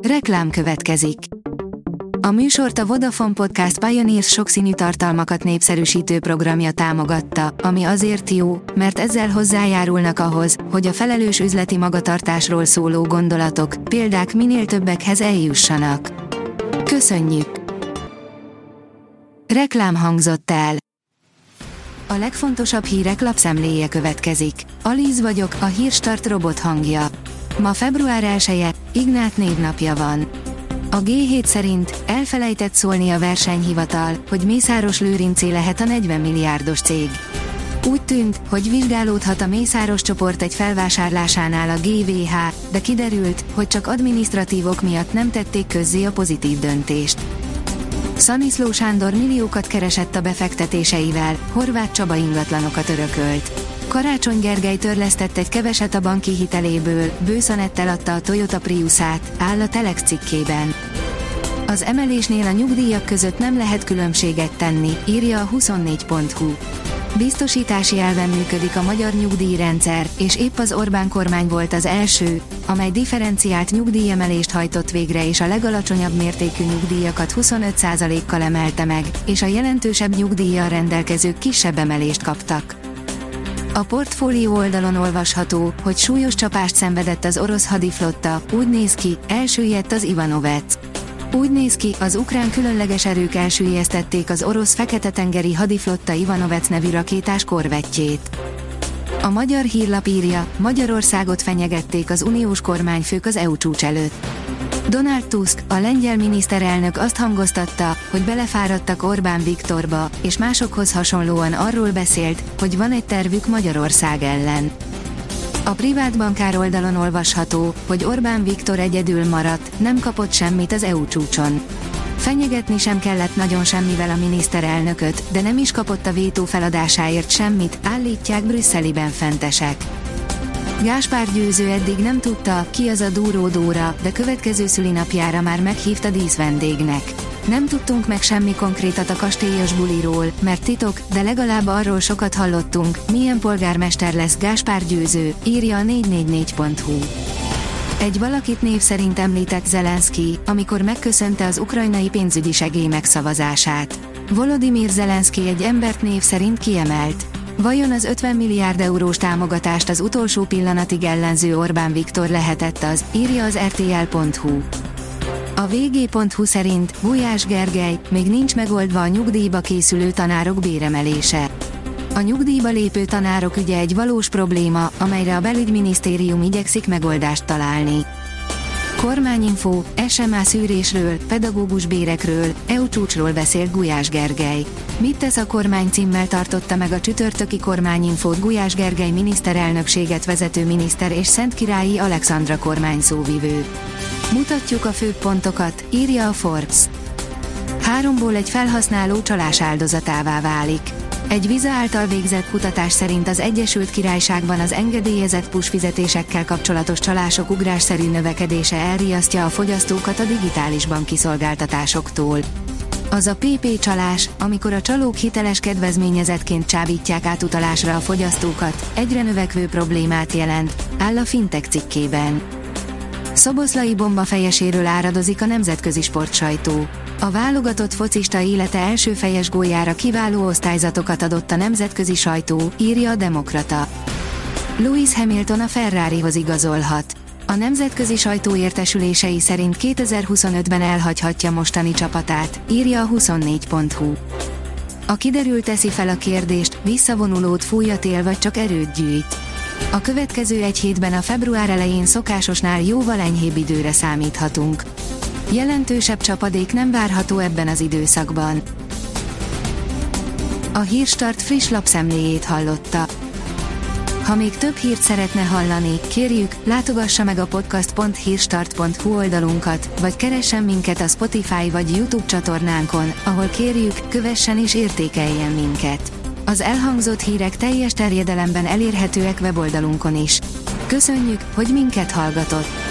Reklám következik. A műsort a Vodafone Podcast Pioneers sokszínű tartalmakat népszerűsítő programja támogatta, ami azért jó, mert ezzel hozzájárulnak ahhoz, hogy a felelős üzleti magatartásról szóló gondolatok, példák minél többekhez eljussanak. Köszönjük! Reklám hangzott el. A legfontosabb hírek lapszemléje következik. Alíz vagyok, a Hírstart robot hangja. Ma február 1-e, Ignát névnapja van. A G7 szerint elfelejtett szólni a versenyhivatal, hogy Mészáros Lőrincé lehet a 40 milliárdos cég. Úgy tűnt, hogy vizsgálódhat a Mészáros csoport egy felvásárlásánál a GVH, de kiderült, hogy csak adminisztratív ok miatt nem tették közzé a pozitív döntést. Szaniszló Sándor milliókat keresett a befektetéseivel, Horváth Csaba ingatlanokat örökölt. Karácsony Gergely törlesztett egy keveset a banki hiteléből, Bősz Anett adta a Toyota Priusát, áll a Telex cikkében. Az emelésnél a nyugdíjak között nem lehet különbséget tenni, írja a 24.hu. Biztosítási elven működik a magyar nyugdíjrendszer, és épp az Orbán kormány volt az első, amely differenciált nyugdíjemelést hajtott végre és a legalacsonyabb mértékű nyugdíjakat 25%-kal emelte meg, és a jelentősebb nyugdíjjal rendelkezők kisebb emelést kaptak. A portfólió oldalon olvasható, hogy súlyos csapást szenvedett az orosz hadiflotta, úgy néz ki, elsüllyedt az Ivanovec. Úgy néz ki, az ukrán különleges erők elsüllyesztették az orosz Fekete-tengeri hadiflotta Ivanovec nevű rakétás korvettjét. A Magyar Hírlap írja, Magyarországot fenyegették az uniós kormányfők az EU csúcs előtt. Donald Tusk, a lengyel miniszterelnök azt hangoztatta, hogy belefáradtak Orbán Viktorba, és másokhoz hasonlóan arról beszélt, hogy van egy tervük Magyarország ellen. A privát bankár oldalon olvasható, hogy Orbán Viktor egyedül maradt, nem kapott semmit az EU csúcson. Fenyegetni sem kellett nagyon semmivel a miniszterelnököt, de nem is kapott a vétó feladásáért semmit, állítják brüsszeliben fentesek. Gáspár Győző eddig nem tudta, ki az a Dúró Dóra, de következő szülinapjára már meghívta díszvendégnek. Nem tudtunk meg semmi konkrétat a kastélyos buliról, mert titok, de legalább arról sokat hallottunk, milyen polgármester lesz Gáspár Győző, írja a 444.hu. Egy valakit név szerint említett Zelenszky, amikor megköszönte az ukrajnai pénzügyi segély megszavazását. Volodymyr Zelenszky egy embert név szerint kiemelt. Vajon az 50 milliárd eurós támogatást az utolsó pillanatig ellenző Orbán Viktor lehetett az, írja az rtl.hu. A vg.hu szerint Gulyás Gergely, még nincs megoldva a nyugdíjba készülő tanárok béremelése. A nyugdíjba lépő tanárok ügye egy valós probléma, amelyre a belügyminisztérium igyekszik megoldást találni. Kormányinfó, SMA szűrésről, pedagógus bérekről, EU csúcsról beszélt Gulyás Gergely. Mit tesz a kormány címmel tartotta meg a csütörtöki kormányinfót Gulyás Gergely miniszterelnökséget vezető miniszter és Szentkirályi Alexandra kormányszóvivő. Mutatjuk a főbb pontokat, írja a Forbes. 3-ból egy felhasználó csalás áldozatává válik. Egy Visa által végzett kutatás szerint az Egyesült Királyságban az engedélyezett push fizetésekkel kapcsolatos csalások ugrásszerű növekedése elriasztja a fogyasztókat a digitális banki szolgáltatásoktól. Az a PP csalás, amikor a csalók hiteles kedvezményezettként csábítják átutalásra a fogyasztókat, egyre növekvő problémát jelent, áll a Fintech cikkében. Szoboszlai bomba fejeséről áradozik a nemzetközi sportsajtó. A válogatott focista élete első fejes góljára kiváló osztályzatokat adott a nemzetközi sajtó, írja a Demokrata. Lewis Hamilton a Ferrarihoz igazolhat. A nemzetközi sajtó értesülései szerint 2025-ben elhagyhatja mostani csapatát, írja a 24.hu. A kiderült teszi fel a kérdést, visszavonulót fúj a tél vagy csak erőt gyűjt. A következő egy hétben a február elején szokásosnál jóval enyhébb időre számíthatunk. Jelentősebb csapadék nem várható ebben az időszakban. A Hírstart friss lapszemléjét hallotta. Ha még több hírt szeretne hallani, kérjük, látogassa meg a podcast.hírstart.hu oldalunkat, vagy keressen minket a Spotify vagy YouTube csatornánkon, ahol kérjük, kövessen és értékeljen minket. Az elhangzott hírek teljes terjedelemben elérhetőek weboldalunkon is. Köszönjük, hogy minket hallgatott!